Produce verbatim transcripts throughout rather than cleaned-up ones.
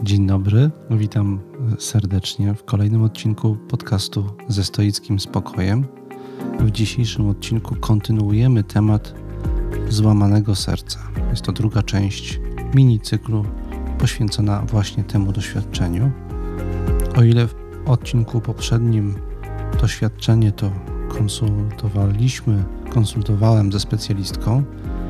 Dzień dobry, witam serdecznie w kolejnym odcinku podcastu Ze stoickim spokojem. W dzisiejszym odcinku kontynuujemy temat złamanego serca. Jest to druga część minicyklu poświęcona właśnie temu doświadczeniu. O ile w odcinku poprzednim doświadczenie to konsultowaliśmy, konsultowałem ze specjalistką,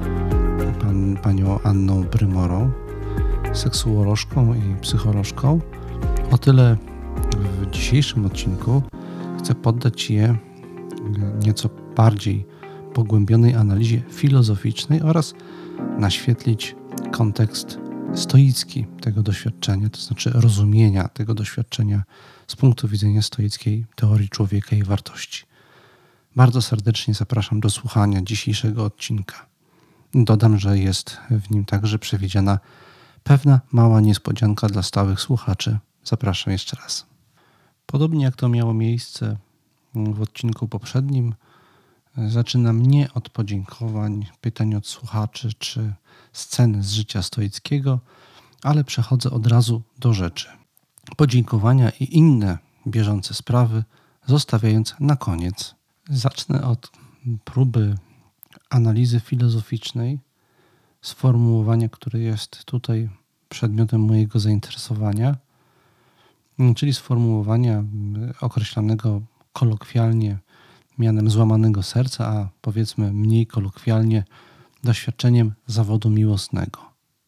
pan, panią Anną Brymorą, seksuolożką i psycholożką, o tyle w dzisiejszym odcinku chcę poddać je nieco bardziej pogłębionej analizie filozoficznej oraz naświetlić kontekst stoicki tego doświadczenia, to znaczy rozumienia tego doświadczenia z punktu widzenia stoickiej teorii człowieka i wartości. Bardzo serdecznie zapraszam do słuchania dzisiejszego odcinka. Dodam, że jest w nim także przewidziana pewna mała niespodzianka dla stałych słuchaczy. Zapraszam jeszcze raz. Podobnie jak to miało miejsce w odcinku poprzednim, zaczynam nie od podziękowań, pytań od słuchaczy czy sceny z życia stoickiego, ale przechodzę od razu do rzeczy. Podziękowania i inne bieżące sprawy zostawiając na koniec. Zacznę od próby analizy filozoficznej, sformułowania, które jest tutaj przedmiotem mojego zainteresowania, czyli sformułowania określanego kolokwialnie mianem złamanego serca, a powiedzmy mniej kolokwialnie doświadczeniem zawodu miłosnego.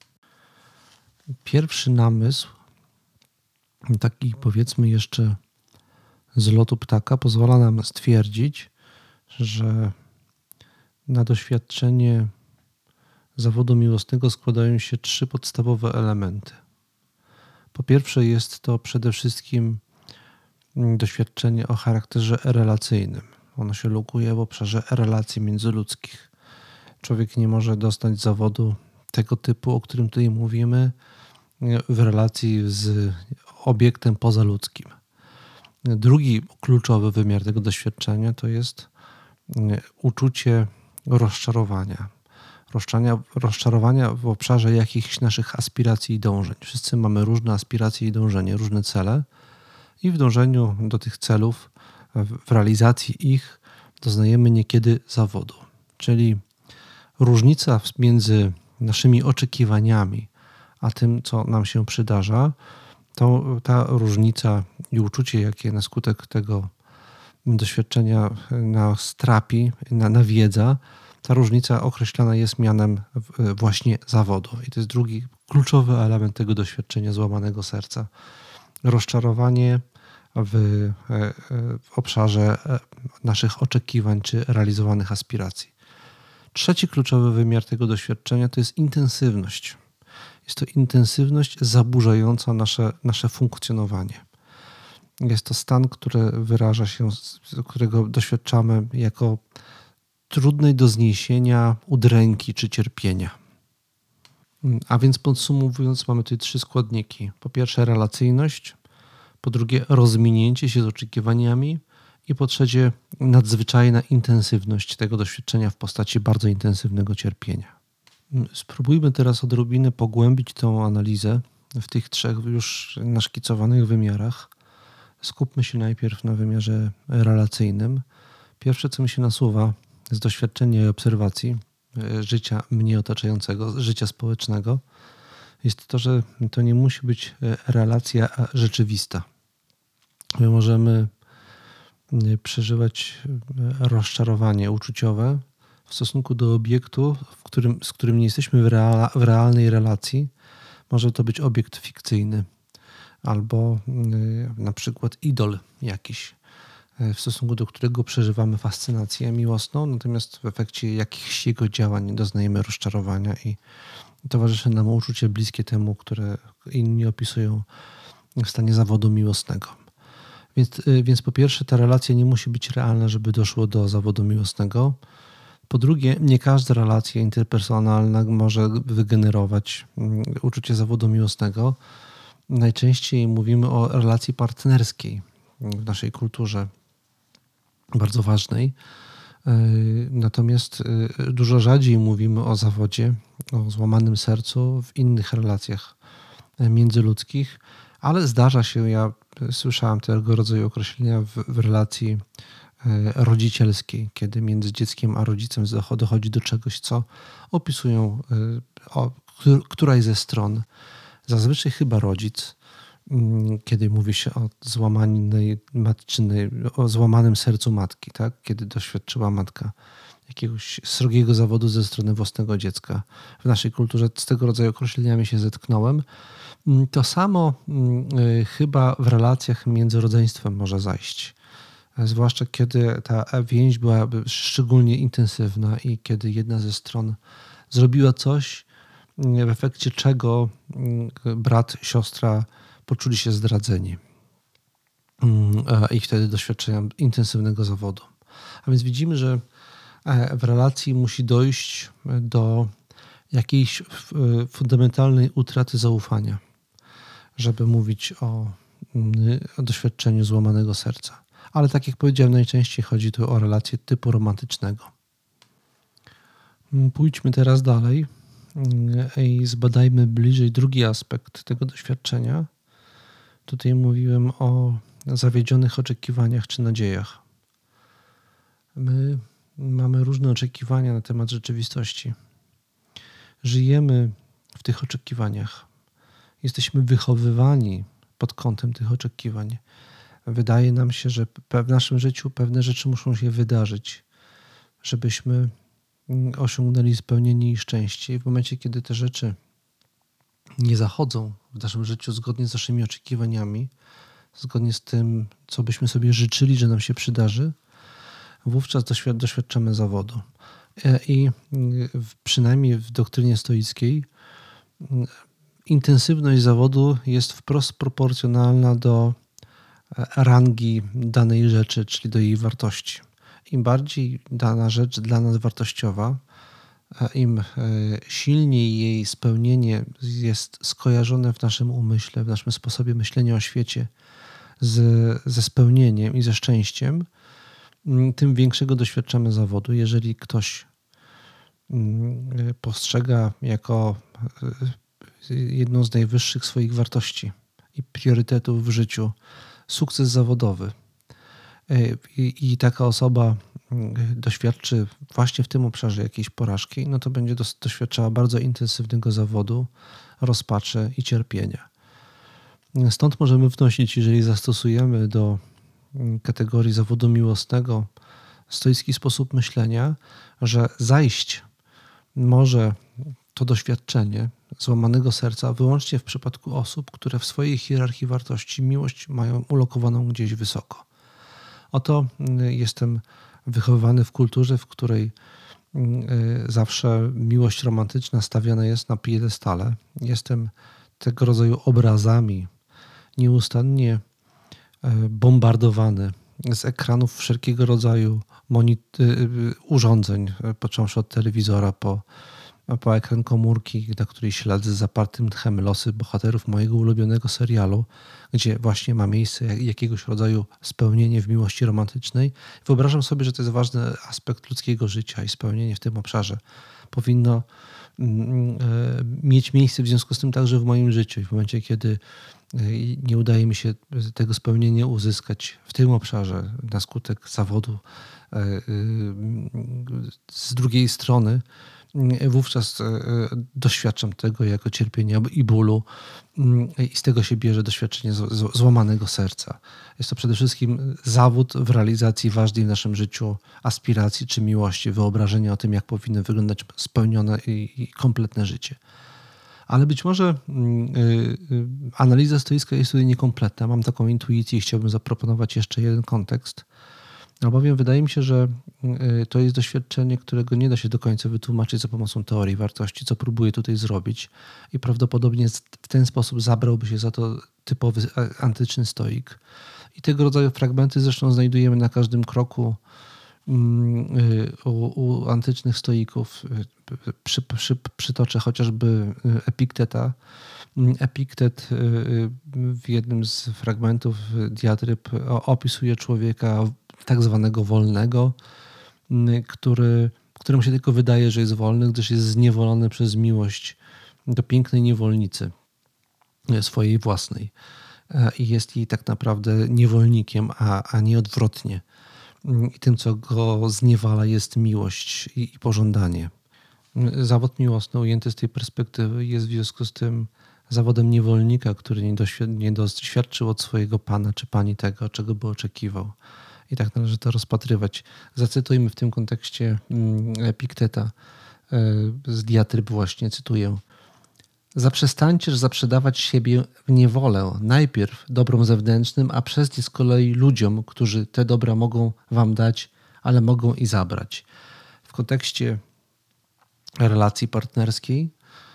Pierwszy namysł, taki powiedzmy jeszcze z lotu ptaka, pozwala nam stwierdzić, że na doświadczenie zawodu miłosnego składają się trzy podstawowe elementy. Po pierwsze jest to przede wszystkim doświadczenie o charakterze relacyjnym. Ono się lokuje w obszarze relacji międzyludzkich. Człowiek nie może dostać zawodu tego typu, o którym tutaj mówimy, w relacji z obiektem pozaludzkim. Drugi kluczowy wymiar tego doświadczenia to jest uczucie rozczarowania. Rozczarowania w obszarze jakichś naszych aspiracji i dążeń. Wszyscy mamy różne aspiracje i dążenia, różne cele i w dążeniu do tych celów, w realizacji ich doznajemy niekiedy zawodu. Czyli różnica między naszymi oczekiwaniami a tym, co nam się przydarza, to ta różnica i uczucie, jakie na skutek tego doświadczenia nas trapi, na, nawiedza, ta różnica określana jest mianem właśnie zawodu. I to jest drugi kluczowy element tego doświadczenia złamanego serca. Rozczarowanie w, w obszarze naszych oczekiwań czy realizowanych aspiracji. Trzeci kluczowy wymiar tego doświadczenia to jest intensywność. Jest to intensywność zaburzająca nasze, nasze funkcjonowanie. Jest to stan, który wyraża się, którego doświadczamy jako trudnej do zniesienia udręki czy cierpienia. A więc podsumowując, mamy tutaj trzy składniki. Po pierwsze relacyjność, po drugie rozminięcie się z oczekiwaniami i po trzecie nadzwyczajna intensywność tego doświadczenia w postaci bardzo intensywnego cierpienia. Spróbujmy teraz odrobinę pogłębić tą analizę w tych trzech już naszkicowanych wymiarach. Skupmy się najpierw na wymiarze relacyjnym. Pierwsze, co mi się nasuwa z doświadczenia i obserwacji życia mnie otaczającego, życia społecznego, jest to, że to nie musi być relacja rzeczywista. My możemy przeżywać rozczarowanie uczuciowe w stosunku do obiektu, w którym, z którym nie jesteśmy w, reala, w realnej relacji. Może to być obiekt fikcyjny albo na przykład idol jakiś, w stosunku do którego przeżywamy fascynację miłosną, natomiast w efekcie jakichś jego działań doznajemy rozczarowania i towarzyszy nam uczucie bliskie temu, które inni opisują w stanie zawodu miłosnego. Więc, więc po pierwsze ta relacja nie musi być realna, żeby doszło do zawodu miłosnego. Po drugie, nie każda relacja interpersonalna może wygenerować uczucie zawodu miłosnego. Najczęściej mówimy o relacji partnerskiej w naszej kulturze, bardzo ważnej. Natomiast dużo rzadziej mówimy o zawodzie, o złamanym sercu w innych relacjach międzyludzkich, ale zdarza się, ja słyszałem tego rodzaju określenia w, w relacji rodzicielskiej, kiedy między dzieckiem a rodzicem dochodzi do czegoś, co opisują o, któraś ze stron. Zazwyczaj chyba rodzic, kiedy mówi się o złamanej matczynej, o złamanym sercu matki, tak? Kiedy doświadczyła matka jakiegoś srogiego zawodu ze strony własnego dziecka. W naszej kulturze z tego rodzaju określeniami się zetknąłem. To samo chyba w relacjach między rodzeństwem może zajść. Zwłaszcza kiedy ta więź była szczególnie intensywna i kiedy jedna ze stron zrobiła coś, w efekcie czego brat, siostra poczuli się zdradzeni i wtedy doświadczają intensywnego zawodu. A więc widzimy, że w relacji musi dojść do jakiejś fundamentalnej utraty zaufania, żeby mówić o, o doświadczeniu złamanego serca. Ale tak jak powiedziałem, najczęściej chodzi tu o relację typu romantycznego. Pójdźmy teraz dalej i zbadajmy bliżej drugi aspekt tego doświadczenia. Tutaj mówiłem o zawiedzionych oczekiwaniach czy nadziejach. My mamy różne oczekiwania na temat rzeczywistości. Żyjemy w tych oczekiwaniach. Jesteśmy wychowywani pod kątem tych oczekiwań. Wydaje nam się, że w naszym życiu pewne rzeczy muszą się wydarzyć, żebyśmy osiągnęli spełnienie i szczęście. I w momencie, kiedy te rzeczy nie zachodzą w naszym życiu zgodnie z naszymi oczekiwaniami, zgodnie z tym, co byśmy sobie życzyli, że nam się przydarzy, wówczas doświadczamy zawodu. I przynajmniej w doktrynie stoickiej intensywność zawodu jest wprost proporcjonalna do rangi danej rzeczy, czyli do jej wartości. Im bardziej dana rzecz dla nas wartościowa, im silniej jej spełnienie jest skojarzone w naszym umyśle, w naszym sposobie myślenia o świecie z, ze spełnieniem i ze szczęściem, tym większego doświadczamy zawodu. Jeżeli ktoś postrzega jako jedną z najwyższych swoich wartości i priorytetów w życiu sukces zawodowy i, i taka osoba doświadczy właśnie w tym obszarze jakiejś porażki, no to będzie doświadczała bardzo intensywnego zawodu, rozpaczy i cierpienia. Stąd możemy wnosić, jeżeli zastosujemy do kategorii zawodu miłosnego stoicki sposób myślenia, że zajść może to doświadczenie złamanego serca wyłącznie w przypadku osób, które w swojej hierarchii wartości miłość mają ulokowaną gdzieś wysoko. Oto jestem wychowywany w kulturze, w której zawsze miłość romantyczna stawiana jest na piedestale. Jestem tego rodzaju obrazami nieustannie bombardowany z ekranów wszelkiego rodzaju monit- urządzeń, począwszy od telewizora po, po ekran komórki, na której śledzę z zapartym tchem losy bohaterów mojego ulubionego serialu, gdzie właśnie ma miejsce jakiegoś rodzaju spełnienie w miłości romantycznej. Wyobrażam sobie, że to jest ważny aspekt ludzkiego życia i spełnienie w tym obszarze powinno mieć miejsce w związku z tym także w moim życiu. I w momencie, kiedy nie udaje mi się tego spełnienia uzyskać w tym obszarze na skutek zawodu z drugiej strony, wówczas doświadczam tego jako cierpienia i bólu i z tego się bierze doświadczenie złamanego serca. Jest to przede wszystkim zawód w realizacji ważnej w naszym życiu aspiracji czy miłości, wyobrażenia o tym, jak powinno wyglądać spełnione i kompletne życie. Ale być może analiza stoicka jest tutaj niekompletna. Mam taką intuicję i chciałbym zaproponować jeszcze jeden kontekst, albowiem wydaje mi się, że to jest doświadczenie, którego nie da się do końca wytłumaczyć za pomocą teorii wartości, co próbuję tutaj zrobić i prawdopodobnie w ten sposób zabrałby się za to typowy antyczny stoik. I tego rodzaju fragmenty zresztą znajdujemy na każdym kroku u, u antycznych stoików. Przy, przy, przytoczę chociażby Epikteta. Epiktet w jednym z fragmentów diatryb opisuje człowieka tak zwanego wolnego, który, któremu się tylko wydaje, że jest wolny, gdyż jest zniewolony przez miłość do pięknej niewolnicy. swojej własnej i jest jej tak naprawdę niewolnikiem, a, a nie odwrotnie. I tym, co go zniewala, jest miłość i, i pożądanie. Zawód miłosny ujęty z tej perspektywy jest w związku z tym zawodem niewolnika, który nie, doświ- nie doświadczył od swojego pana czy pani tego, czego by oczekiwał. I tak należy to rozpatrywać. Zacytujmy w tym kontekście Epikteta z Diatryb właśnie, cytuję. Zaprzestańcie zaprzedawać siebie w niewolę, najpierw dobrom zewnętrznym, a przez nie z kolei ludziom, którzy te dobra mogą wam dać, ale mogą i zabrać. W kontekście relacji partnerskiej,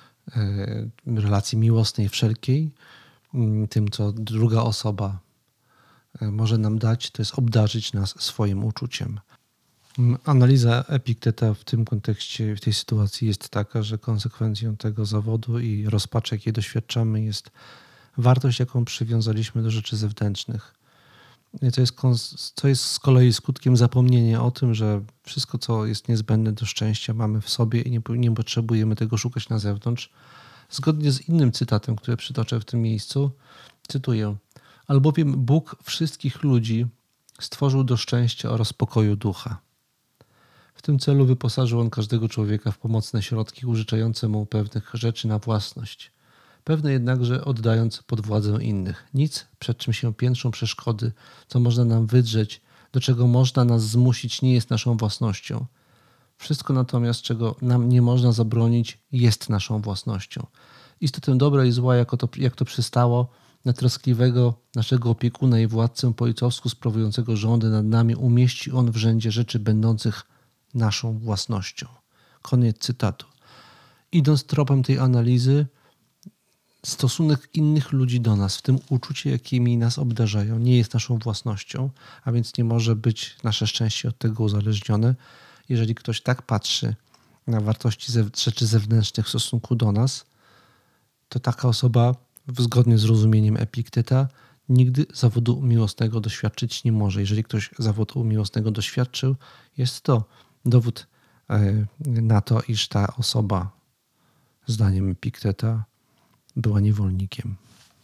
relacji miłosnej wszelkiej, tym, co druga osoba może nam dać, to jest obdarzyć nas swoim uczuciem. Analiza Epikteta w tym kontekście, w tej sytuacji jest taka, że konsekwencją tego zawodu i rozpaczy, jakiej doświadczamy, jest wartość, jaką przywiązaliśmy do rzeczy zewnętrznych. To jest, to jest z kolei skutkiem zapomnienia o tym, że wszystko, co jest niezbędne do szczęścia, mamy w sobie i nie, nie potrzebujemy tego szukać na zewnątrz. Zgodnie z innym cytatem, który przytoczę w tym miejscu, cytuję: albowiem Bóg wszystkich ludzi stworzył do szczęścia oraz pokoju ducha. W tym celu wyposażył on każdego człowieka w pomocne środki użyczające mu pewnych rzeczy na własność. Pewne jednakże oddając pod władzę innych. Nic, przed czym się piętrzą przeszkody, co można nam wydrzeć, do czego można nas zmusić, nie jest naszą własnością. Wszystko natomiast, czego nam nie można zabronić, jest naszą własnością. Istotę dobra i zła, jako to, jak to przystało, na troskliwego naszego opiekuna i władcę po ojcowsku sprawującego rządy nad nami, umieści on w rzędzie rzeczy będących naszą własnością. Koniec cytatu. Idąc tropem tej analizy, stosunek innych ludzi do nas, w tym uczucie, jakimi nas obdarzają, nie jest naszą własnością, a więc nie może być nasze szczęście od tego uzależnione. Jeżeli ktoś tak patrzy na wartości rzeczy zewnętrznych w stosunku do nas, to taka osoba, zgodnie z rozumieniem Epikteta, nigdy zawodu miłosnego doświadczyć nie może. Jeżeli ktoś zawodu miłosnego doświadczył, jest to dowód na to, iż ta osoba, zdaniem Epikteta, była niewolnikiem.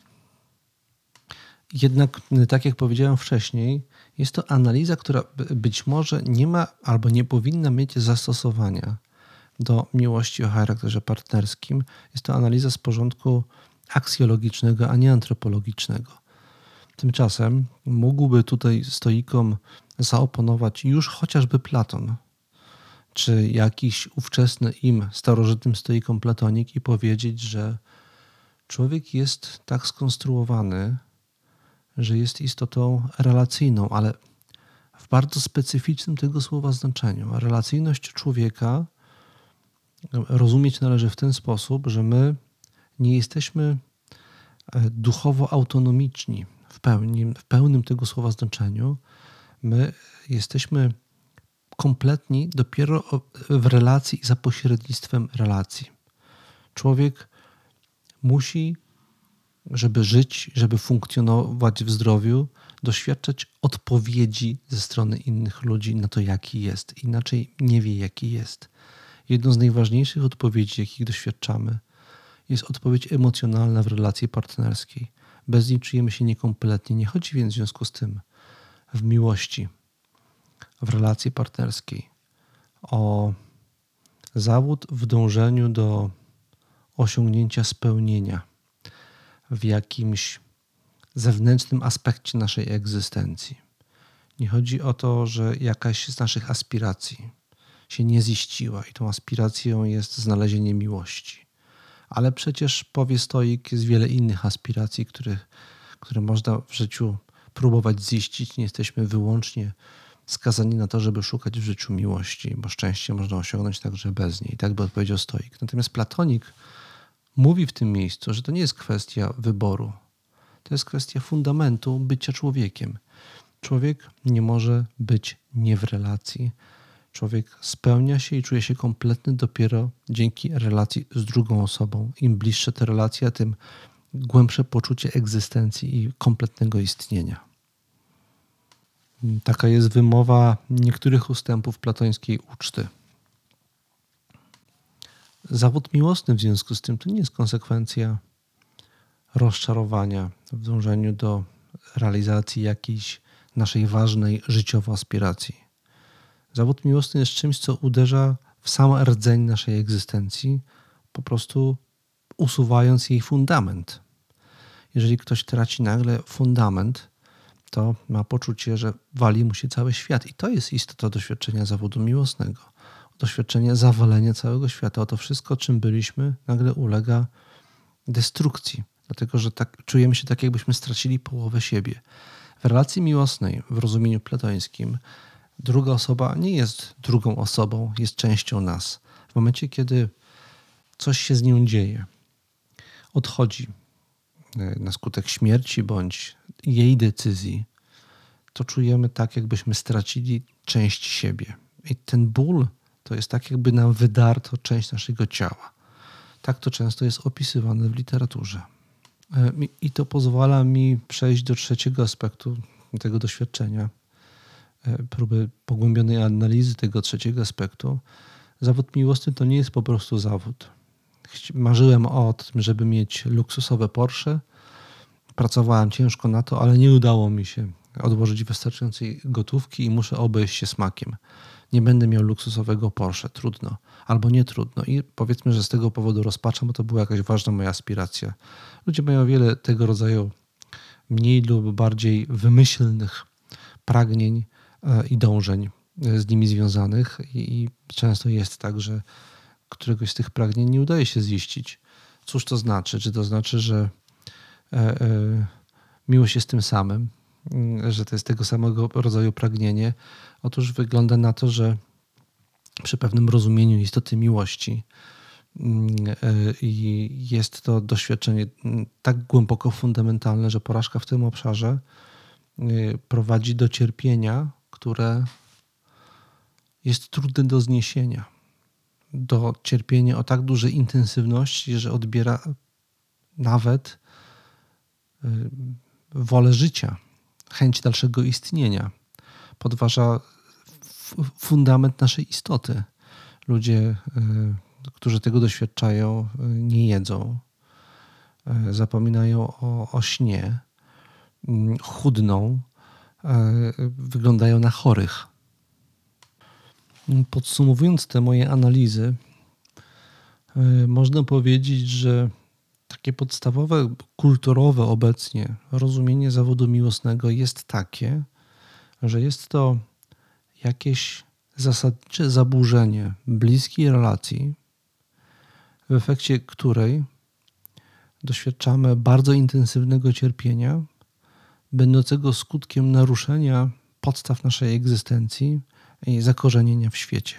Jednak, tak jak powiedziałem wcześniej, jest to analiza, która być może nie ma albo nie powinna mieć zastosowania do miłości o charakterze partnerskim. Jest to analiza z porządku aksjologicznego, a nie antropologicznego. Tymczasem mógłby tutaj stoikom zaoponować już chociażby Platon, czy jakiś ówczesny im starożytnym stoikom platonik i powiedzieć, że człowiek jest tak skonstruowany, że jest istotą relacyjną, ale w bardzo specyficznym tego słowa znaczeniu. Relacyjność człowieka rozumieć należy w ten sposób, że my nie jesteśmy duchowo autonomiczni w, pełni, w pełnym tego słowa znaczeniu. My jesteśmy kompletni dopiero w relacji i za pośrednictwem relacji. Człowiek musi, żeby żyć, żeby funkcjonować w zdrowiu, doświadczać odpowiedzi ze strony innych ludzi na to, jaki jest. Inaczej nie wie, jaki jest. Jedną z najważniejszych odpowiedzi, jakich doświadczamy, jest odpowiedź emocjonalna w relacji partnerskiej. Bez niej czujemy się niekompletnie. Nie chodzi więc w związku z tym w miłości, w relacji partnerskiej o zawód w dążeniu do osiągnięcia spełnienia w jakimś zewnętrznym aspekcie naszej egzystencji. Nie chodzi o to, że jakaś z naszych aspiracji się nie ziściła i tą aspiracją jest znalezienie miłości. Ale przecież, powie stoik, jest wiele innych aspiracji, których, które można w życiu próbować ziścić. Nie jesteśmy wyłącznie skazani na to, żeby szukać w życiu miłości, bo szczęście można osiągnąć także bez niej. Tak by odpowiedział stoik. Natomiast platonik mówi w tym miejscu, że to nie jest kwestia wyboru. To jest kwestia fundamentu bycia człowiekiem. Człowiek nie może być nie w relacji. Człowiek spełnia się i czuje się kompletny dopiero dzięki relacji z drugą osobą. Im bliższe te relacje, tym głębsze poczucie egzystencji i kompletnego istnienia. Taka jest wymowa niektórych ustępów platońskiej uczty. Zawód miłosny w związku z tym to nie jest konsekwencja rozczarowania w dążeniu do realizacji jakiejś naszej ważnej życiowo aspiracji. Zawód miłosny jest czymś, co uderza w sam rdzeń naszej egzystencji, po prostu usuwając jej fundament. Jeżeli ktoś traci nagle fundament, to ma poczucie, że wali mu się cały świat. I to jest istota doświadczenia zawodu miłosnego. Doświadczenie zawalenia całego świata. Oto wszystko, czym byliśmy, nagle ulega destrukcji. Dlatego, że tak, czujemy się tak, jakbyśmy stracili połowę siebie. W relacji miłosnej, w rozumieniu platońskim, druga osoba nie jest drugą osobą, jest częścią nas. W momencie, kiedy coś się z nią dzieje, odchodzi na skutek śmierci bądź jej decyzji, to czujemy tak, jakbyśmy stracili część siebie. I ten ból to jest tak, jakby nam wydarto część naszego ciała. Tak to często jest opisywane w literaturze. I to pozwala mi przejść do trzeciego aspektu tego doświadczenia, próby pogłębionej analizy tego trzeciego aspektu. Zawód miłosny to nie jest po prostu zawód. Marzyłem o tym, żeby mieć luksusowe Porsche. Pracowałem ciężko na to, ale nie udało mi się odłożyć wystarczającej gotówki i muszę obejść się smakiem. Nie będę miał luksusowego Porsche, trudno. Albo nie trudno. I powiedzmy, że z tego powodu rozpaczam, bo to była jakaś ważna moja aspiracja. Ludzie mają wiele tego rodzaju mniej lub bardziej wymyślnych pragnień i dążeń z nimi związanych i często jest tak, że któregoś z tych pragnień nie udaje się ziścić. Cóż to znaczy? Czy to znaczy, że e, e, miłość jest tym samym, że to jest tego samego rodzaju pragnienie? Otóż wygląda na to, że przy pewnym rozumieniu istoty miłości i jest to doświadczenie tak głęboko fundamentalne, że porażka w tym obszarze prowadzi do cierpienia, które jest trudne do zniesienia. Do cierpienia o tak dużej intensywności, że odbiera nawet wolę życia, chęć dalszego istnienia. Podważa fundament naszej istoty. Ludzie, którzy tego doświadczają, nie jedzą, zapominają o, o śnie, chudną, wyglądają na chorych. Podsumowując te moje analizy, można powiedzieć, że takie podstawowe, kulturowe obecnie rozumienie zawodu miłosnego jest takie, że jest to jakieś zasadnicze zaburzenie bliskiej relacji, w efekcie której doświadczamy bardzo intensywnego cierpienia, będącego skutkiem naruszenia podstaw naszej egzystencji i zakorzenienia w świecie.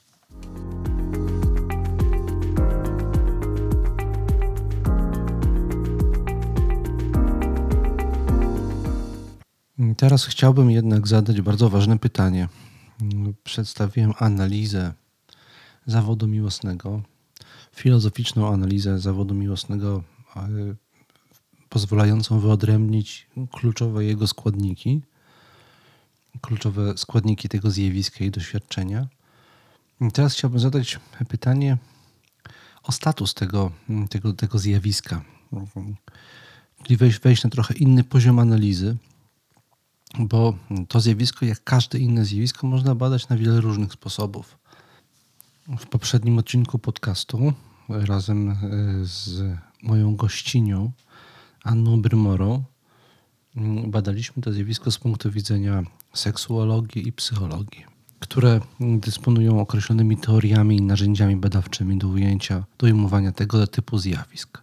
Teraz chciałbym jednak zadać bardzo ważne pytanie. Przedstawiłem analizę zawodu miłosnego, filozoficzną analizę zawodu miłosnego, pozwalającą wyodrębnić kluczowe jego składniki, kluczowe składniki tego zjawiska i doświadczenia. I teraz chciałbym zadać pytanie o status tego, tego, tego zjawiska, czyli wejść, wejść na trochę inny poziom analizy, bo to zjawisko, jak każde inne zjawisko, można badać na wiele różnych sposobów. W poprzednim odcinku podcastu razem z moją gościnią Anną Brymorą badaliśmy to zjawisko z punktu widzenia seksuologii i psychologii, które dysponują określonymi teoriami i narzędziami badawczymi do ujęcia, do ujmowania tego typu zjawisk.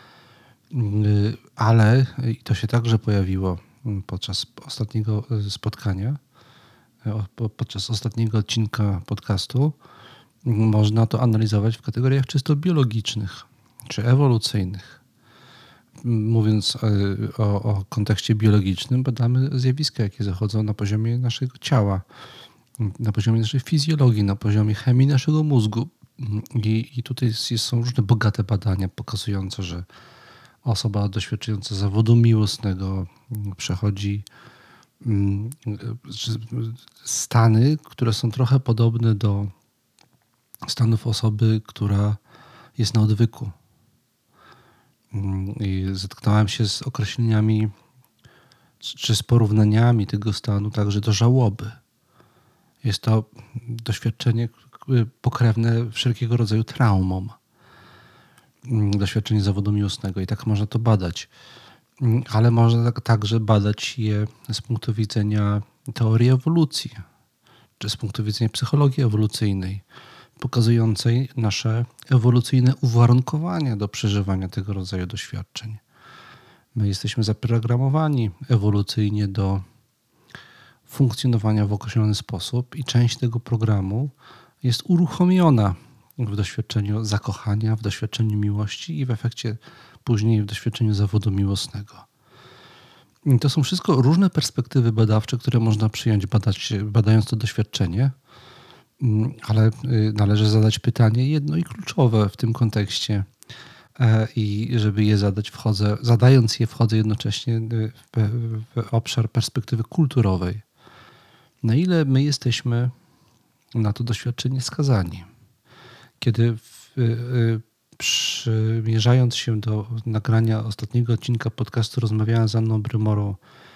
Ale i to się także pojawiło podczas ostatniego spotkania, podczas ostatniego odcinka podcastu, można to analizować w kategoriach czysto biologicznych czy ewolucyjnych. Mówiąc o, o kontekście biologicznym, badamy zjawiska, jakie zachodzą na poziomie naszego ciała, na poziomie naszej fizjologii, na poziomie chemii naszego mózgu. I, i tutaj jest, są różne bogate badania pokazujące, że osoba doświadczająca zawodu miłosnego przechodzi stany, które są trochę podobne do stanów osoby, która jest na odwyku. I zetknąłem się z określeniami czy z porównaniami tego stanu także do żałoby. Jest to doświadczenie pokrewne wszelkiego rodzaju traumom. Doświadczenie zawodu miłosnego i tak można to badać. Ale można także badać je z punktu widzenia teorii ewolucji, czy z punktu widzenia psychologii ewolucyjnej, pokazującej nasze ewolucyjne uwarunkowania do przeżywania tego rodzaju doświadczeń. My jesteśmy zaprogramowani ewolucyjnie do funkcjonowania w określony sposób i część tego programu jest uruchomiona w doświadczeniu zakochania, w doświadczeniu miłości i w efekcie później w doświadczeniu zawodu miłosnego. I to są wszystko różne perspektywy badawcze, które można przyjąć badać, badając to doświadczenie, ale należy zadać pytanie jedno i kluczowe w tym kontekście i żeby je zadać, wchodzę, zadając je wchodzę jednocześnie w, w obszar perspektywy kulturowej. Na ile my jesteśmy na to doświadczenie skazani? Kiedy w, przymierzając się do nagrania ostatniego odcinka podcastu, rozmawiałem z Anną Brymorą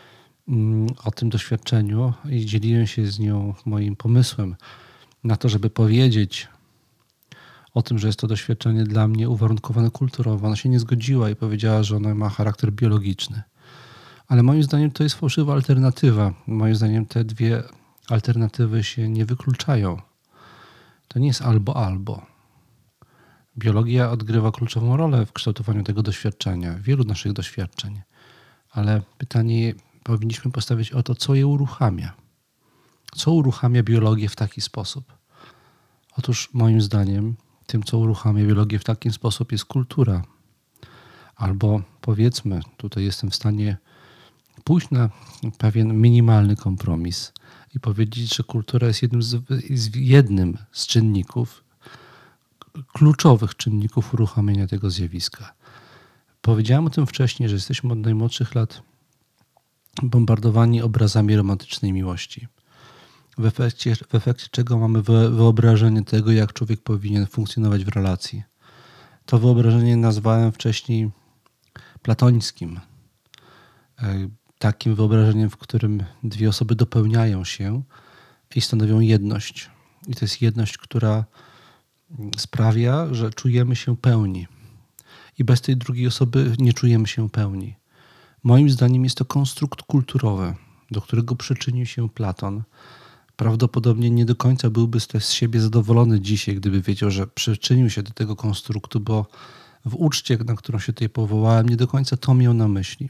o tym doświadczeniu i dzieliłem się z nią moim pomysłem na to, żeby powiedzieć o tym, że jest to doświadczenie dla mnie uwarunkowane kulturowo. Ona się nie zgodziła i powiedziała, że ono ma charakter biologiczny. Ale moim zdaniem to jest fałszywa alternatywa. Moim zdaniem te dwie alternatywy się nie wykluczają. To nie jest albo-albo. Biologia odgrywa kluczową rolę w kształtowaniu tego doświadczenia, wielu naszych doświadczeń. Ale pytanie powinniśmy postawić o to, co je uruchamia. Co uruchamia biologię w taki sposób? Otóż moim zdaniem tym, co uruchamia biologię w taki sposób, jest kultura. Albo powiedzmy, tutaj jestem w stanie pójść na pewien minimalny kompromis i powiedzieć, że kultura jest jednym z, jest jednym z czynników, kluczowych czynników uruchamiania tego zjawiska. Powiedziałem o tym wcześniej, że jesteśmy od najmłodszych lat bombardowani obrazami romantycznej miłości. W efekcie, w efekcie czego mamy wyobrażenie tego, jak człowiek powinien funkcjonować w relacji. To wyobrażenie nazwałem wcześniej platońskim. Takim wyobrażeniem, w którym dwie osoby dopełniają się i stanowią jedność. I to jest jedność, która sprawia, że czujemy się pełni. I bez tej drugiej osoby nie czujemy się pełni. Moim zdaniem jest to konstrukt kulturowy, do którego przyczynił się Platon. Prawdopodobnie nie do końca byłby z siebie zadowolony dzisiaj, gdyby wiedział, że przyczynił się do tego konstruktu, bo w uczcie, na którą się tutaj powołałem, nie do końca to miał na myśli.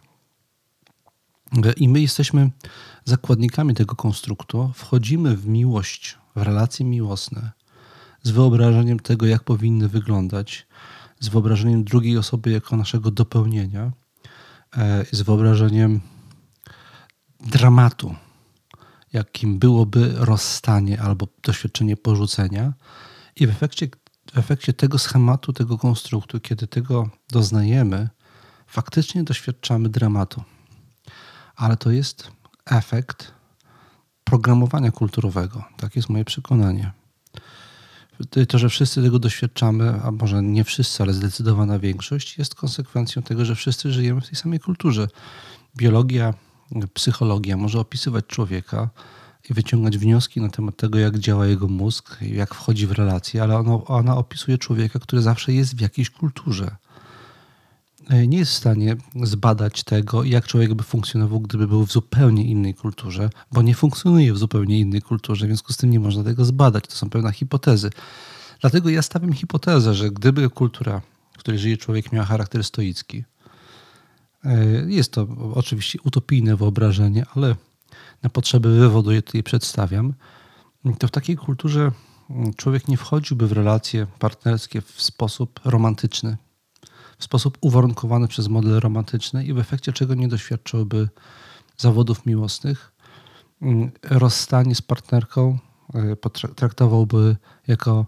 I my jesteśmy zakładnikami tego konstruktu, wchodzimy w miłość, w relacje miłosne z wyobrażeniem tego, jak powinny wyglądać, z wyobrażeniem drugiej osoby jako naszego dopełnienia, z wyobrażeniem dramatu, jakim byłoby rozstanie albo doświadczenie porzucenia. I w efekcie, w efekcie tego schematu, tego konstruktu, kiedy tego doznajemy, faktycznie doświadczamy dramatu. Ale to jest efekt programowania kulturowego. Tak jest moje przekonanie. To, że wszyscy tego doświadczamy, a może nie wszyscy, ale zdecydowana większość, jest konsekwencją tego, że wszyscy żyjemy w tej samej kulturze. Biologia, psychologia może opisywać człowieka i wyciągać wnioski na temat tego, jak działa jego mózg, jak wchodzi w relacje, ale ona, ona opisuje człowieka, który zawsze jest w jakiejś kulturze. Nie jest w stanie zbadać tego, jak człowiek by funkcjonował, gdyby był w zupełnie innej kulturze, bo nie funkcjonuje w zupełnie innej kulturze, w związku z tym nie można tego zbadać. To są pewne hipotezy. Dlatego ja stawiam hipotezę, że gdyby kultura, w której żyje człowiek, miała charakter stoicki, jest to oczywiście utopijne wyobrażenie, ale na potrzeby wywodu je tutaj przedstawiam, to w takiej kulturze człowiek nie wchodziłby w relacje partnerskie w sposób romantyczny, w sposób uwarunkowany przez model romantyczny i w efekcie czego nie doświadczałby zawodów miłosnych. Rozstanie z partnerką traktowałby jako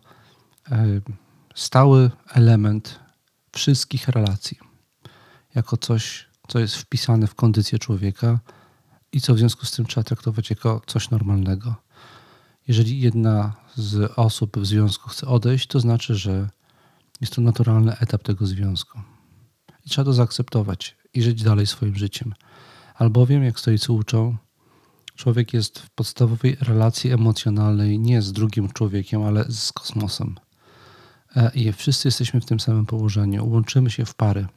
stały element wszystkich relacji, jako coś, co jest wpisane w kondycję człowieka i co w związku z tym trzeba traktować jako coś normalnego. Jeżeli jedna z osób w związku chce odejść, to znaczy, że jest to naturalny etap tego związku. i trzeba to zaakceptować i żyć dalej swoim życiem. Albowiem, jak stoicy uczą, człowiek jest w podstawowej relacji emocjonalnej nie z drugim człowiekiem, ale z kosmosem. I wszyscy jesteśmy w tym samym położeniu. Łączymy się w pary,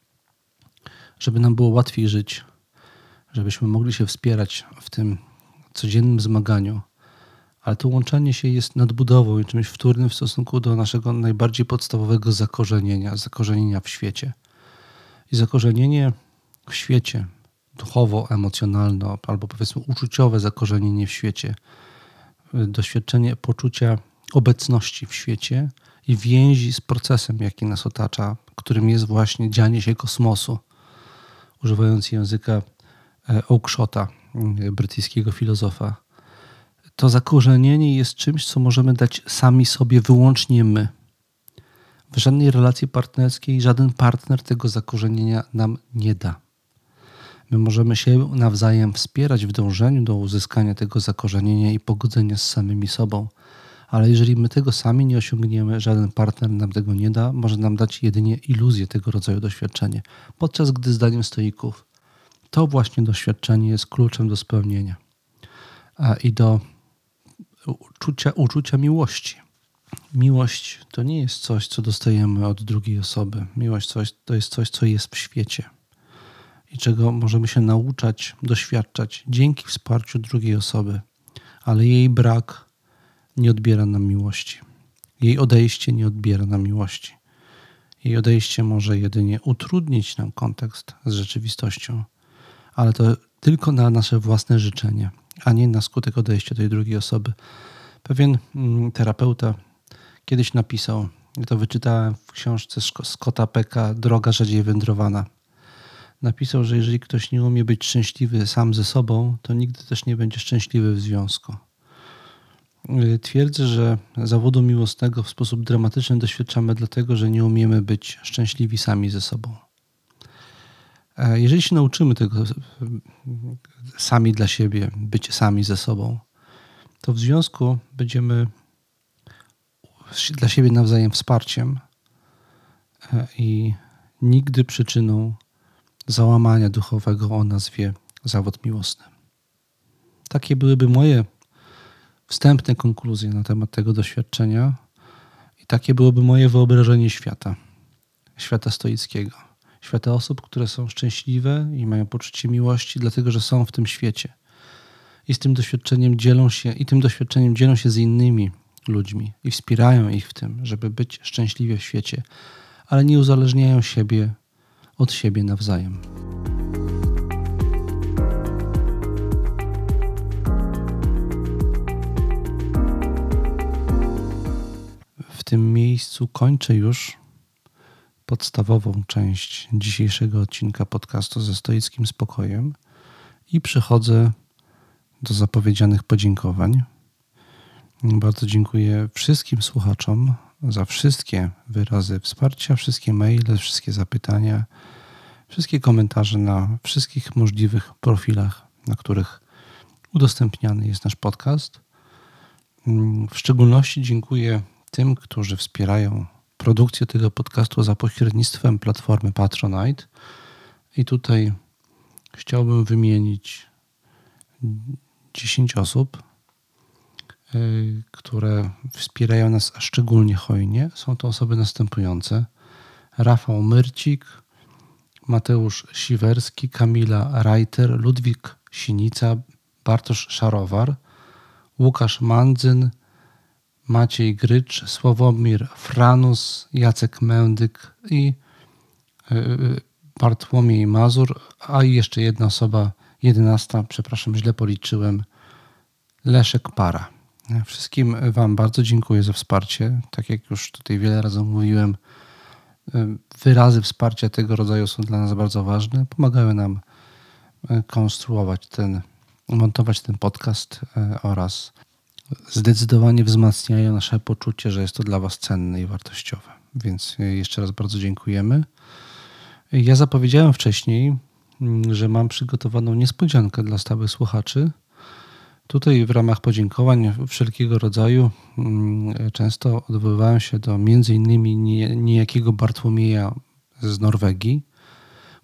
żeby nam było łatwiej żyć, żebyśmy mogli się wspierać w tym codziennym zmaganiu. Ale to łączenie się jest nadbudową i czymś wtórnym w stosunku do naszego najbardziej podstawowego zakorzenienia, zakorzenienia w świecie. I zakorzenienie w świecie, duchowo-emocjonalne albo powiedzmy uczuciowe zakorzenienie w świecie, doświadczenie poczucia obecności w świecie i więzi z procesem, jaki nas otacza, którym jest właśnie dzianie się kosmosu, używając języka Oakeshota, brytyjskiego filozofa. To zakorzenienie jest czymś, co możemy dać sami sobie wyłącznie my. W żadnej relacji partnerskiej żaden partner tego zakorzenienia nam nie da. My możemy się nawzajem wspierać w dążeniu do uzyskania tego zakorzenienia i pogodzenia z samymi sobą. Ale jeżeli my tego sami nie osiągniemy, żaden partner nam tego nie da, może nam dać jedynie iluzję tego rodzaju doświadczenia. Podczas gdy zdaniem stoików to właśnie doświadczenie jest kluczem do spełnienia i do uczucia, uczucia miłości. Miłość to nie jest coś, co dostajemy od drugiej osoby. Miłość coś, to jest coś, co jest w świecie i czego możemy się nauczać, doświadczać dzięki wsparciu drugiej osoby, ale jej brak nie odbiera nam miłości. Jej odejście nie odbiera nam miłości. Jej odejście może jedynie utrudnić nam kontakt z rzeczywistością, ale to tylko na nasze własne życzenie, a nie na skutek odejścia tej drugiej osoby. Pewien terapeuta kiedyś napisał, ja to wyczytałem w książce Scotta Pecka Droga rzadziej wędrowana. Napisał, że jeżeli ktoś nie umie być szczęśliwy sam ze sobą, to nigdy też nie będzie szczęśliwy w związku. Twierdzę, że zawodu miłosnego w sposób dramatyczny doświadczamy dlatego, że nie umiemy być szczęśliwi sami ze sobą. Jeżeli się nauczymy tego sami dla siebie, być sami ze sobą, to w związku będziemy dla siebie nawzajem wsparciem i nigdy przyczyną załamania duchowego o nazwie zawód miłosny. Takie byłyby moje wstępne konkluzje na temat tego doświadczenia i takie byłoby moje wyobrażenie świata, świata stoickiego. Świata osób, które są szczęśliwe i mają poczucie miłości, dlatego że są w tym świecie. I z tym doświadczeniem dzielą się, i tym doświadczeniem dzielą się z innymi ludźmi i wspierają ich w tym, żeby być szczęśliwi w świecie, ale nie uzależniają siebie od siebie nawzajem. W tym miejscu kończę już podstawową część dzisiejszego odcinka podcastu ze stoickim spokojem i przechodzę do zapowiedzianych podziękowań. Bardzo dziękuję wszystkim słuchaczom za wszystkie wyrazy wsparcia, wszystkie maile, wszystkie zapytania, wszystkie komentarze na wszystkich możliwych profilach, na których udostępniany jest nasz podcast. W szczególności dziękuję tym, którzy wspierają produkcję tego podcastu za pośrednictwem platformy Patronite. I tutaj chciałbym wymienić dziesięć osób, które wspierają nas szczególnie hojnie. Są to osoby następujące: Rafał Myrcik, Mateusz Siwerski, Kamila Reiter, Ludwik Sinica, Bartosz Szarowar, Łukasz Mandzyn, Maciej Grycz, Sławomir Franus, Jacek Mędyk i Bartłomiej Mazur, a i jeszcze jedna osoba, jedenasta, przepraszam, źle policzyłem, Leszek Para. Wszystkim Wam bardzo dziękuję za wsparcie. Tak jak już tutaj wiele razy mówiłem, wyrazy wsparcia tego rodzaju są dla nas bardzo ważne. Pomagają nam konstruować ten, montować ten podcast oraz zdecydowanie wzmacniają nasze poczucie, że jest to dla Was cenne i wartościowe. Więc jeszcze raz bardzo dziękujemy. Ja zapowiedziałem wcześniej, że mam przygotowaną niespodziankę dla stałych słuchaczy. Tutaj w ramach podziękowań wszelkiego rodzaju często odwoływałem się do między innymi niejakiego Bartłomieja z Norwegii,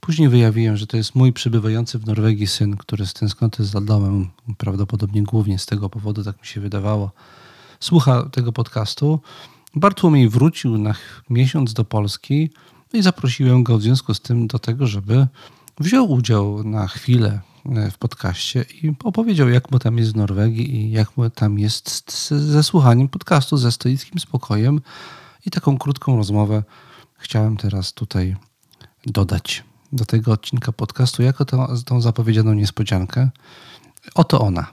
Później wyjawiłem, że to jest mój przybywający w Norwegii syn, który z tęsknoty za domem, prawdopodobnie głównie z tego powodu, tak mi się wydawało, słucha tego podcastu. Bartłomiej wrócił na miesiąc do Polski i zaprosiłem go w związku z tym do tego, żeby wziął udział na chwilę w podcaście i opowiedział, jak mu tam jest w Norwegii i jak mu tam jest ze słuchaniem podcastu ze stoickim spokojem. I taką krótką rozmowę chciałem teraz tutaj dodać do tego odcinka podcastu jako tą, tą zapowiedzianą niespodziankę. Oto ona.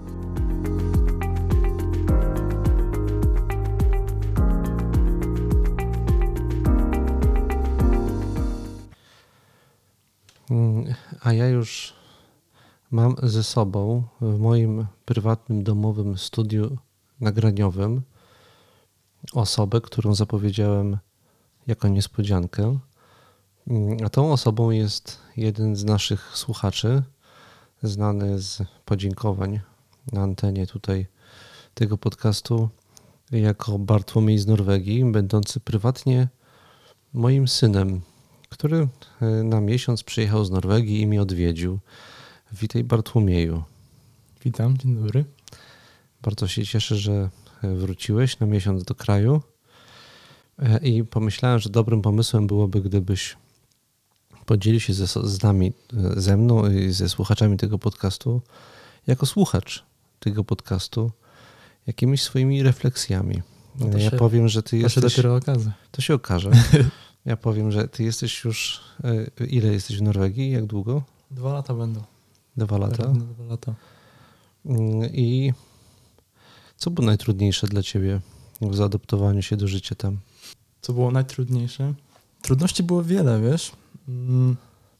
A ja już mam ze sobą w moim prywatnym, domowym studiu nagraniowym osobę, którą zapowiedziałem jako niespodziankę. A tą osobą jest jeden z naszych słuchaczy, znany z podziękowań na antenie tutaj tego podcastu jako Bartłomiej z Norwegii, będący prywatnie moim synem, który na miesiąc przyjechał z Norwegii i mnie odwiedził. Witaj, Bartłomieju. Witam, dzień dobry. Bardzo się cieszę, że wróciłeś na miesiąc do kraju i pomyślałem, że dobrym pomysłem byłoby, gdybyś podzielił się ze, z nami, ze mną i ze słuchaczami tego podcastu, jako słuchacz tego podcastu, jakimiś swoimi refleksjami. No to ja się, powiem, że ty to jesteś... To się dopiero okaże. To się okaże. Ja powiem, że ty jesteś już... Ile jesteś w Norwegii? Jak długo? Dwa lata będą. Dwa lata? Dwa lata. I co było najtrudniejsze dla ciebie w zaadoptowaniu się do życia tam? Co było najtrudniejsze? Trudności było wiele, wiesz? Mm.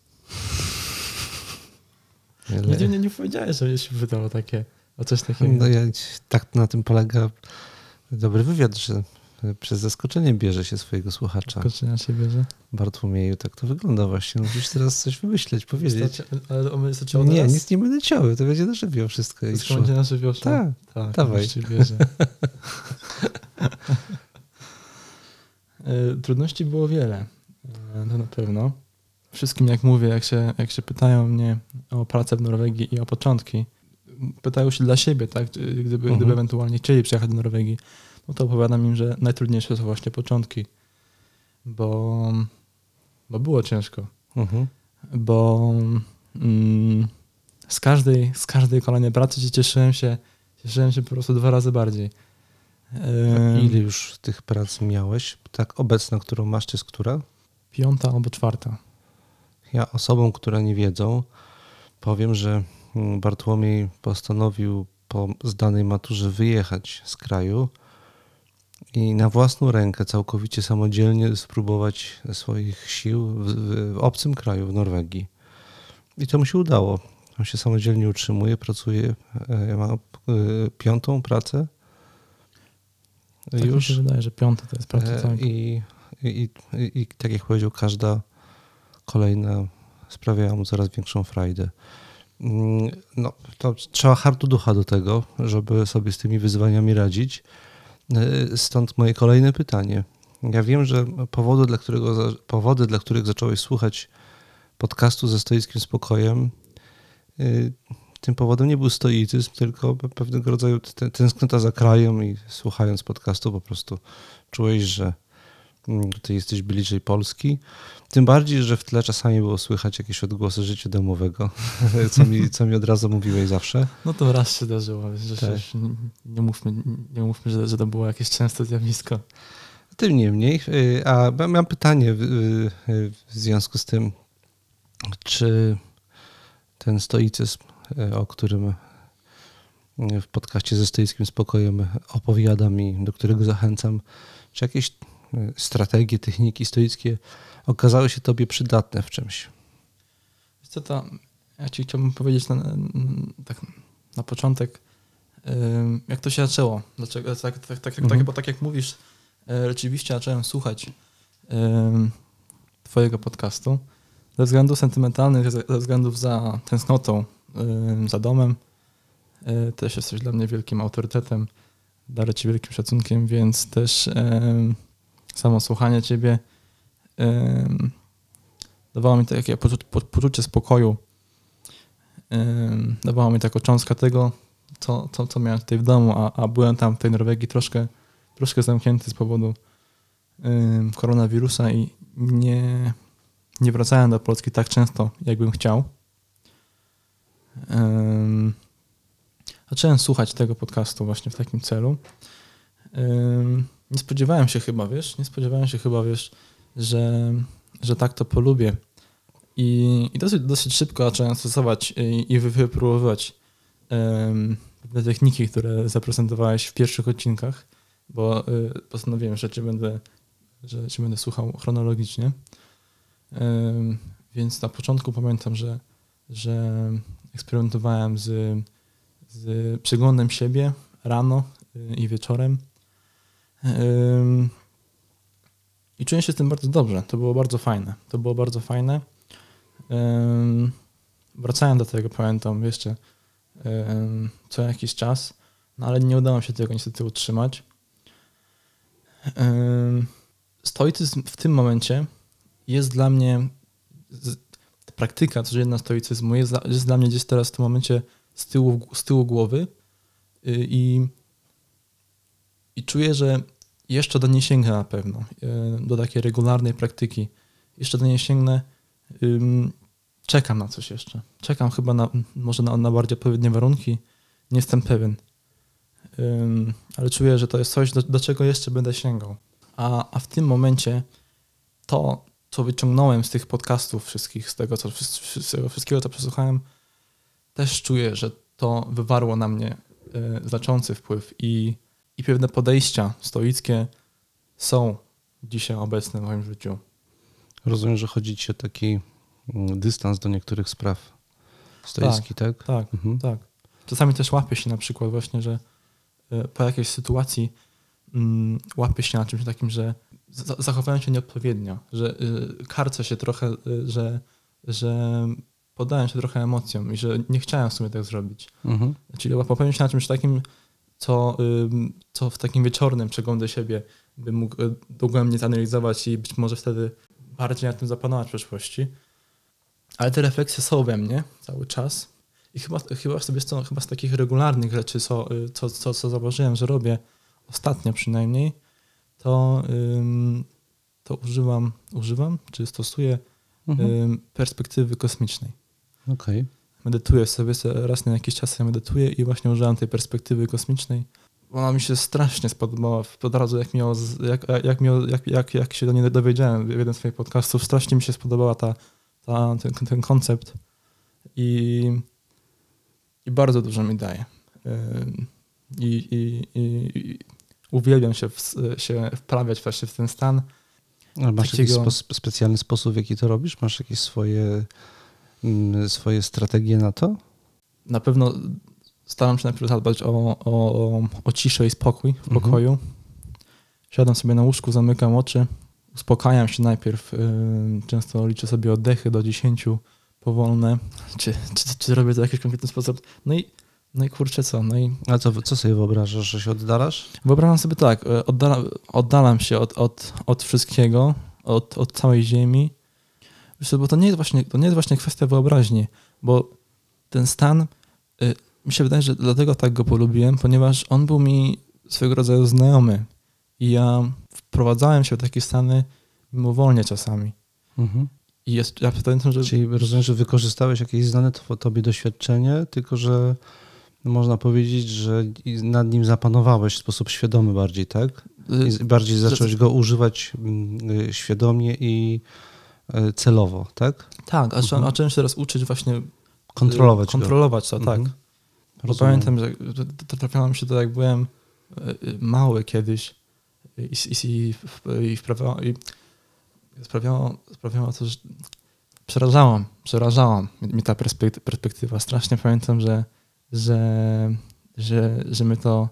Ale... Nie, nie, nie powiedziałeś, że mnie się pytał o takie, o coś takiego. No ja, tak na tym polega dobry wywiad, że przez zaskoczenie bierze się swojego słuchacza. Zaskoczenia się bierze. Bartłomieju, tak to wygląda właśnie. Musisz teraz coś wymyśleć, powiedzieć. Wystarczy, ale on wystarczy Nie, nic nie będę ciały, to będzie na żywioł wszystko. Wszystko będzie na żywioł. Tak, tak, dawaj. Się bierze. Trudności było wiele, no na pewno. Wszystkim, jak mówię, jak się, jak się pytają mnie o pracę w Norwegii i o początki, pytają się dla siebie, tak, gdyby, uh-huh. gdyby ewentualnie chcieli przyjechać do Norwegii, no to opowiadam im, że najtrudniejsze są właśnie początki, bo, bo było ciężko, uh-huh. bo mm, z każdej, z każdej kolejnej pracy się cieszyłem się, cieszyłem się po prostu dwa razy bardziej. A ile już tych prac miałeś? Tak obecna, którą masz, to jest która? Piąta albo czwarta. Ja osobom, które nie wiedzą, powiem, że Bartłomiej postanowił po zdanej maturze wyjechać z kraju i na własną rękę, całkowicie samodzielnie spróbować swoich sił w, w obcym kraju, w Norwegii. I to mu się udało. On się samodzielnie utrzymuje, pracuje, ma piątą pracę. Tak już. Mi się wydaje, że piąta to jest praca. Tak. I, i, i, I tak jak powiedział, każda kolejna sprawiała mu coraz większą frajdę. No, to trzeba hartu ducha do tego, żeby sobie z tymi wyzwaniami radzić. Stąd moje kolejne pytanie. Ja wiem, że powody, dla którego, powody, dla których zacząłeś słuchać podcastu ze stoickim spokojem, tym powodem nie był stoicyzm, tylko pewnego rodzaju tęsknota za krajem i słuchając podcastu po prostu czułeś, że ty jesteś bliżej Polski. Tym bardziej, że w tle czasami było słychać jakieś odgłosy życia domowego, co mi, co mi od razu mówiłeś zawsze. No to raz się zdarzyło, że tak. się, nie mówmy, nie mówmy że, że to było jakieś częste zjawisko. Tym niemniej, a mam pytanie w, w związku z tym, czy ten stoicyzm, o którym w podcaście ze stoickim spokojem opowiadam i do którego zachęcam, czy jakieś strategie, techniki stoickie okazały się tobie przydatne w czymś? Wiesz co, to ja ci chciałbym powiedzieć na, na, tak na początek, jak to się zaczęło. Dlaczego? Tak, tak, tak, mhm. tak, bo tak jak mówisz, rzeczywiście zacząłem słuchać twojego podcastu ze względów sentymentalnych, ze względów za tęsknotą za domem. Też jesteś dla mnie wielkim autorytetem, darzę ci wielkim szacunkiem, więc też samo słuchanie ciebie dawało mi takie poczu- po- poczucie spokoju, yy, dawało mi taką cząstkę tego, co, co, co miałem tutaj w domu, a, a byłem tam w tej Norwegii troszkę, troszkę zamknięty z powodu yy, koronawirusa i nie, nie wracałem do Polski tak często, jakbym chciał. Yy, zacząłem słuchać tego podcastu właśnie w takim celu. Yy, nie spodziewałem się chyba, wiesz, nie spodziewałem się chyba, wiesz, że, że tak to polubię. I, i dosyć, dosyć szybko zacząłem stosować i, i wypróbować um, pewne techniki, które zaprezentowałeś w pierwszych odcinkach, bo y, postanowiłem, że cię będę, że cię będę słuchał chronologicznie. Um, więc na początku pamiętam, że, że eksperymentowałem z, z przeglądem siebie rano y, i wieczorem. Um, I czuję się z tym bardzo dobrze. To było bardzo fajne. To było bardzo fajne. Um, wracałem do tego, pamiętam, jeszcze um, co jakiś czas, no ale nie udało się tego niestety utrzymać. Um, stoicyzm w tym momencie jest dla mnie, z, praktyka codzienna stoicyzmu jest, jest dla mnie gdzieś teraz w tym momencie z tyłu, z tyłu głowy yy, i, i czuję, że jeszcze do niej sięgnę na pewno, yy, do takiej regularnej praktyki. Jeszcze do niej sięgnę. Ym, czekam na coś jeszcze. Czekam chyba na, może na, na bardziej odpowiednie warunki. Nie jestem pewien. Ym, ale czuję, że to jest coś, do, do czego jeszcze będę sięgał. A, a w tym momencie to, co wyciągnąłem z tych podcastów wszystkich, z tego, co, z tego wszystkiego, co przesłuchałem, też czuję, że to wywarło na mnie y, znaczący wpływ i, i pewne podejścia stoickie są dzisiaj obecne w moim życiu. Rozumiem, że chodzi ci o taki dystans do niektórych spraw stoicki, tak? Tak, tak, mhm. tak. Czasami też łapię się na przykład właśnie, że po jakiejś sytuacji mm, łapię się na czymś takim, że z- zachowałem się nieodpowiednio, że y, karcę się trochę, y, że, że poddałem się trochę emocjom i że nie chciałem w sumie tak zrobić. Mhm. Czyli łapię się na czymś takim, co, y, co w takim wieczornym przeglądzie siebie bym mógł y, dogłębnie zanalizować i być może wtedy bardziej na tym zapanować w przyszłości. Ale te refleksje są we mnie cały czas i chyba, chyba sobie z, chyba z takich regularnych rzeczy, co, co, co, co zauważyłem, że robię ostatnio przynajmniej, to, ym, to używam, używam, czy stosuję mhm. ym, perspektywy kosmicznej. Okay. Medytuję sobie, raz na jakiś czas ja medytuję i właśnie używam tej perspektywy kosmicznej. Ona mi się strasznie spodobała od razu, jak, mi ją, jak, jak, mi, jak, jak, jak się do niej dowiedziałem w jednym z swoich podcastów. Strasznie mi się spodobała ta, ta, ten, ten koncept i, i bardzo dużo mi daje. I, i, i, i uwielbiam się, w, się wprawiać właśnie w ten stan. Ale masz takiego... jakiś spo, specjalny sposób, w jaki to robisz? Masz jakieś swoje, swoje strategie na to? Na pewno staram się najpierw zadbać o, o, o ciszę i spokój w pokoju. Mhm. Siadam sobie na łóżku, zamykam oczy, uspokajam się najpierw. Yy, często liczę sobie oddechy do dziesięciu powolne. Czy, czy, czy robię to w jakiś konkretny sposób? No i, no i kurczę co? No i... A co, co sobie wyobrażasz, że się oddalasz? Wyobrażam sobie tak, oddala, oddalam się od, od, od wszystkiego, od, od całej ziemi. Wiesz, bo to nie jest właśnie, to nie jest właśnie kwestia wyobraźni, bo ten stan... Yy, mi się wydaje, że dlatego tak go polubiłem, ponieważ on był mi swego rodzaju znajomy i ja wprowadzałem się w takie stany mimowolnie czasami. Mhm. I jest, ja pamiętam, że... Czyli rozumiem, że wykorzystałeś jakieś znane to, tobie doświadczenie, tylko że można powiedzieć, że nad nim zapanowałeś w sposób świadomy bardziej, tak? I bardziej zacząłeś go używać świadomie i celowo, tak? Tak, a mhm. zacząłem się teraz uczyć właśnie kontrolować kontrolować to, tak. Mhm. Bo pamiętam, że trafiało mi się to, jak byłem mały kiedyś i, i, i, wprawiało, i sprawiało, sprawiało to, że przerażałam, przerażałam mi ta perspektywa, perspektywa. Strasznie pamiętam, że, że, że, że mnie to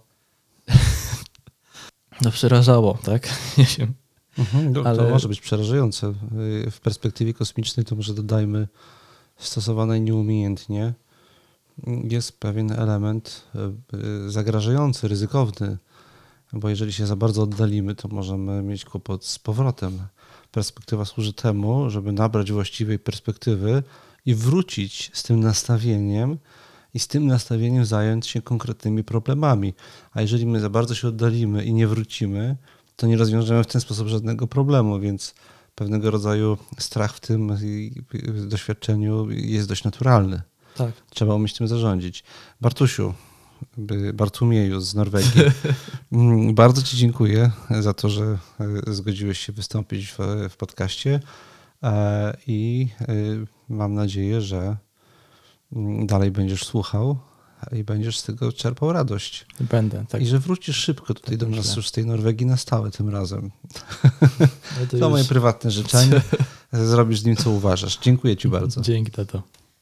no, przerażało, tak? Nie wiem. Mhm, no, ale... To może być przerażające. W perspektywie kosmicznej to może dodajmy stosowane nieumiejętnie. Jest pewien element zagrażający, ryzykowny, bo jeżeli się za bardzo oddalimy, to możemy mieć kłopot z powrotem. perspektywa służy temu, żeby nabrać właściwej perspektywy i wrócić z tym nastawieniem i z tym nastawieniem zająć się konkretnymi problemami. A jeżeli my za bardzo się oddalimy i nie wrócimy, to nie rozwiążemy w ten sposób żadnego problemu, więc pewnego rodzaju strach w tym doświadczeniu jest dość naturalny. Tak. Trzeba umieć tym zarządzić. Bartusiu, Bartłomieju z Norwegii, bardzo Ci dziękuję za to, że zgodziłeś się wystąpić w, w podcaście i mam nadzieję, że dalej będziesz słuchał i będziesz z tego czerpał radość. Będę, tak. I że wrócisz szybko tutaj tak do nas myślę. już z tej Norwegii na stałe tym razem. No to już... moje prywatne życzenie. Zrobisz z nim, co uważasz. Dziękuję Ci bardzo. Dzięki, tato.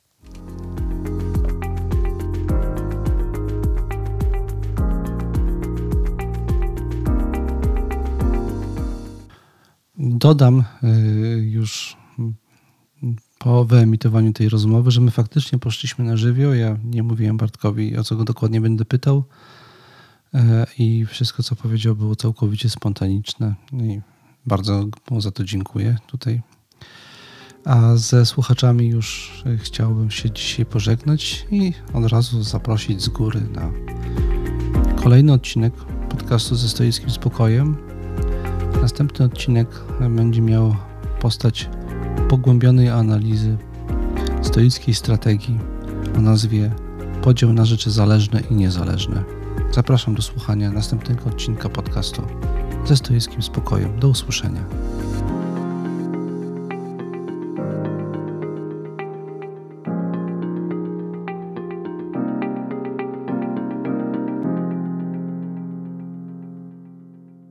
Dodam już po wyemitowaniu tej rozmowy, że my faktycznie poszliśmy na żywioł. Ja nie mówiłem Bartkowi, o co go dokładnie będę pytał i wszystko, co powiedział, było całkowicie spontaniczne i bardzo mu za to dziękuję tutaj. A ze słuchaczami już chciałbym się dzisiaj pożegnać i od razu zaprosić z góry na kolejny odcinek podcastu ze stoickim spokojem. Następny odcinek będzie miał postać pogłębionej analizy stoickiej strategii o nazwie Podział na rzeczy zależne i niezależne. Zapraszam do słuchania następnego odcinka podcastu ze stoickim spokojem. Do usłyszenia.